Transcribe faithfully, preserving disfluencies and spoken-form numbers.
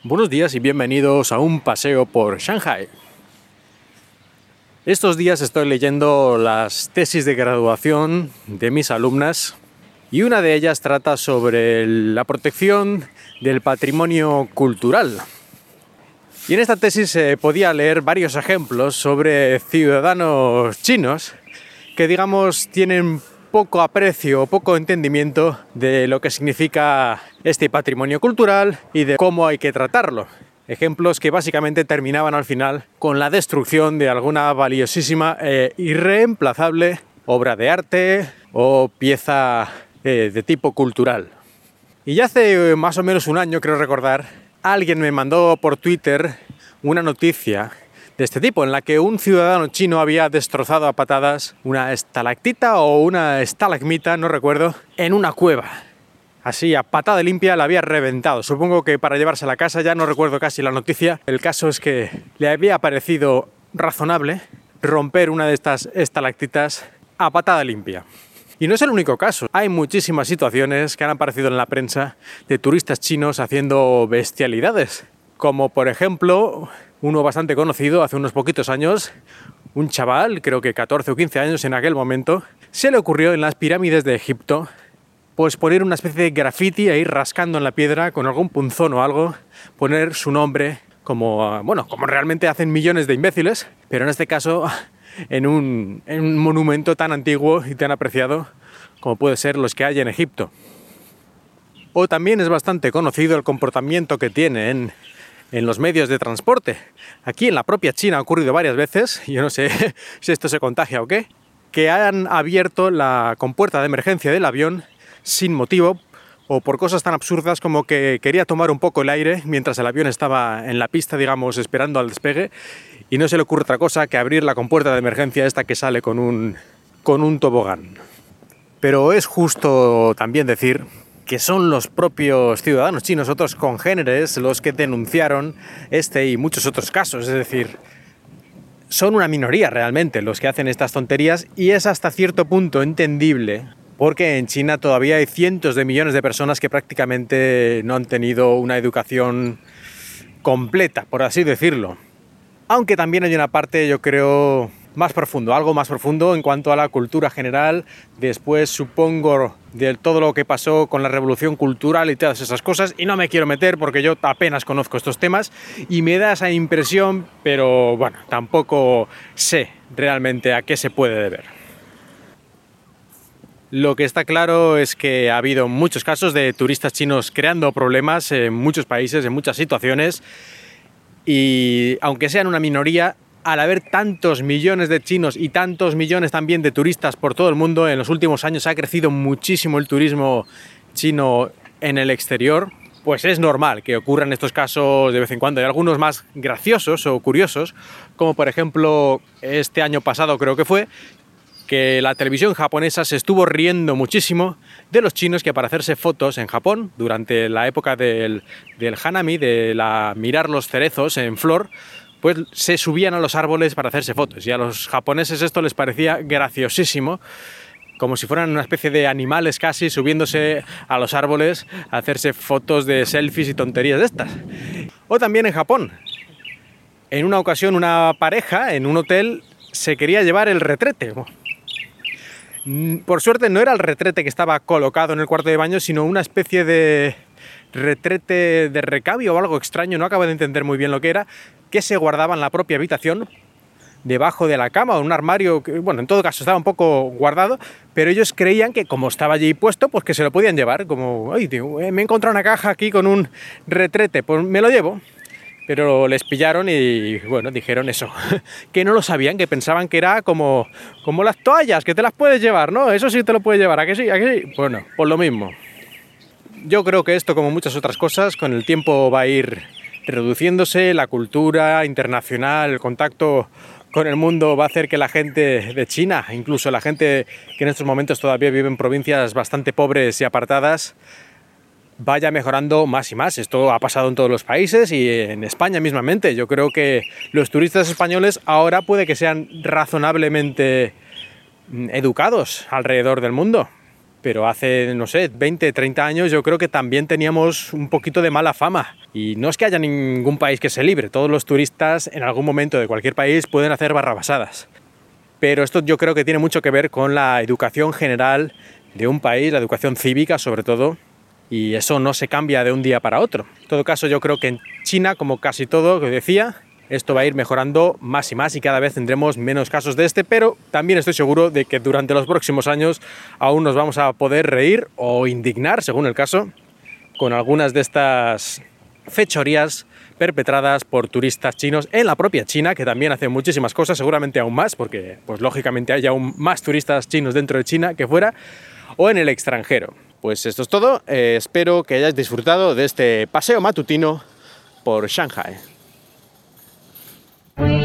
Buenos días y bienvenidos a un paseo por Shanghai. Estos días estoy leyendo las tesis de graduación de mis alumnas y una de ellas trata sobre la protección del patrimonio cultural. Y en esta tesis se podía leer varios ejemplos sobre ciudadanos chinos que, digamos, tienen poco aprecio, poco entendimiento de lo que significa este patrimonio cultural y de cómo hay que tratarlo. Ejemplos que básicamente terminaban al final con la destrucción de alguna valiosísima e irreemplazable obra de arte o pieza eh, de tipo cultural. Y ya hace más o menos un año, creo recordar, alguien me mandó por Twitter una noticia de este tipo, en la que un ciudadano chino había destrozado a patadas una estalactita o una estalagmita, no recuerdo, en una cueva. Así, a patada limpia la había reventado. Supongo que para llevarse a la casa, ya no recuerdo casi la noticia. El caso es que le había parecido razonable romper una de estas estalactitas a patada limpia. Y no es el único caso. Hay muchísimas situaciones que han aparecido en la prensa de turistas chinos haciendo bestialidades. Como por ejemplo, uno bastante conocido hace unos poquitos años, un chaval, creo que catorce o quince años en aquel momento, se le ocurrió en las pirámides de Egipto pues poner una especie de graffiti ahí rascando en la piedra con algún punzón o algo, poner su nombre como, bueno, como realmente hacen millones de imbéciles, pero en este caso en un, en un monumento tan antiguo y tan apreciado como puede ser los que hay en Egipto. O también es bastante conocido el comportamiento que tienen en los medios de transporte. Aquí en la propia China ha ocurrido varias veces, yo no sé si esto se contagia o qué, que han abierto la compuerta de emergencia del avión sin motivo o por cosas tan absurdas como que quería tomar un poco el aire mientras el avión estaba en la pista, digamos, esperando al despegue, y no se le ocurre otra cosa que abrir la compuerta de emergencia esta que sale con un, con un tobogán. Pero es justo también decir que son los propios ciudadanos chinos, otros congéneres, los que denunciaron este y muchos otros casos. Es decir, son una minoría realmente los que hacen estas tonterías, y es hasta cierto punto entendible, porque en China todavía hay cientos de millones de personas que prácticamente no han tenido una educación completa, por así decirlo. Aunque también hay una parte, yo creo, más profundo, algo más profundo en cuanto a la cultura general, después supongo de todo lo que pasó con la revolución cultural y todas esas cosas, y no me quiero meter porque yo apenas conozco estos temas y me da esa impresión, pero bueno, tampoco sé realmente a qué se puede deber. Lo que está claro es que ha habido muchos casos de turistas chinos creando problemas en muchos países, en muchas situaciones, y aunque sean una minoría, al haber tantos millones de chinos y tantos millones también de turistas por todo el mundo, en los últimos años ha crecido muchísimo el turismo chino en el exterior, pues es normal que ocurran estos casos de vez en cuando. Hay algunos más graciosos o curiosos, como por ejemplo este año pasado creo que fue, que la televisión japonesa se estuvo riendo muchísimo de los chinos que para hacerse fotos en Japón, durante la época del, del Hanami, de la, mirar los cerezos en flor, pues se subían a los árboles para hacerse fotos, y a los japoneses esto les parecía graciosísimo, como si fueran una especie de animales casi, subiéndose a los árboles a hacerse fotos de selfies y tonterías de estas. O también en Japón, en una ocasión una pareja en un hotel se quería llevar el retrete. Por suerte no era el retrete que estaba colocado en el cuarto de baño, sino una especie de retrete de recambio o algo extraño, no acabo de entender muy bien lo que era, que se guardaba en la propia habitación, debajo de la cama o en un armario, que, bueno, en todo caso estaba un poco guardado, pero ellos creían que como estaba allí puesto, pues que se lo podían llevar, como, ay, tío, me he encontrado una caja aquí con un retrete, pues me lo llevo. Pero les pillaron y, bueno, dijeron eso, que no lo sabían, que pensaban que era como, como las toallas, que te las puedes llevar, ¿no? Eso sí te lo puedes llevar, ¿a qué sí? ¿A qué sí? Bueno, pues lo mismo. Yo creo que esto, como muchas otras cosas, con el tiempo va a ir reduciéndose, la cultura internacional, el contacto con el mundo va a hacer que la gente de China, incluso la gente que en estos momentos todavía vive en provincias bastante pobres y apartadas, vaya mejorando más y más. Esto ha pasado en todos los países y en España mismamente. Yo creo que los turistas españoles ahora puede que sean razonablemente educados alrededor del mundo. pero hace, no sé, veinte, treinta años yo creo que también teníamos un poquito de mala fama. Y no es que haya ningún país que se libre, todos los turistas en algún momento de cualquier país pueden hacer barrabasadas. Pero esto yo creo que tiene mucho que ver con la educación general de un país, la educación cívica sobre todo, y eso no se cambia de un día para otro. En todo caso, yo creo que en China, como casi todo que decía, esto va a ir mejorando más y más y cada vez tendremos menos casos de este, pero también estoy seguro de que durante los próximos años aún nos vamos a poder reír o indignar, según el caso, con algunas de estas fechorías perpetradas por turistas chinos en la propia China, que también hacen muchísimas cosas, seguramente aún más, porque pues lógicamente hay aún más turistas chinos dentro de China que fuera, o en el extranjero. Pues esto es todo, eh, espero que hayáis disfrutado de este paseo matutino por Shanghai.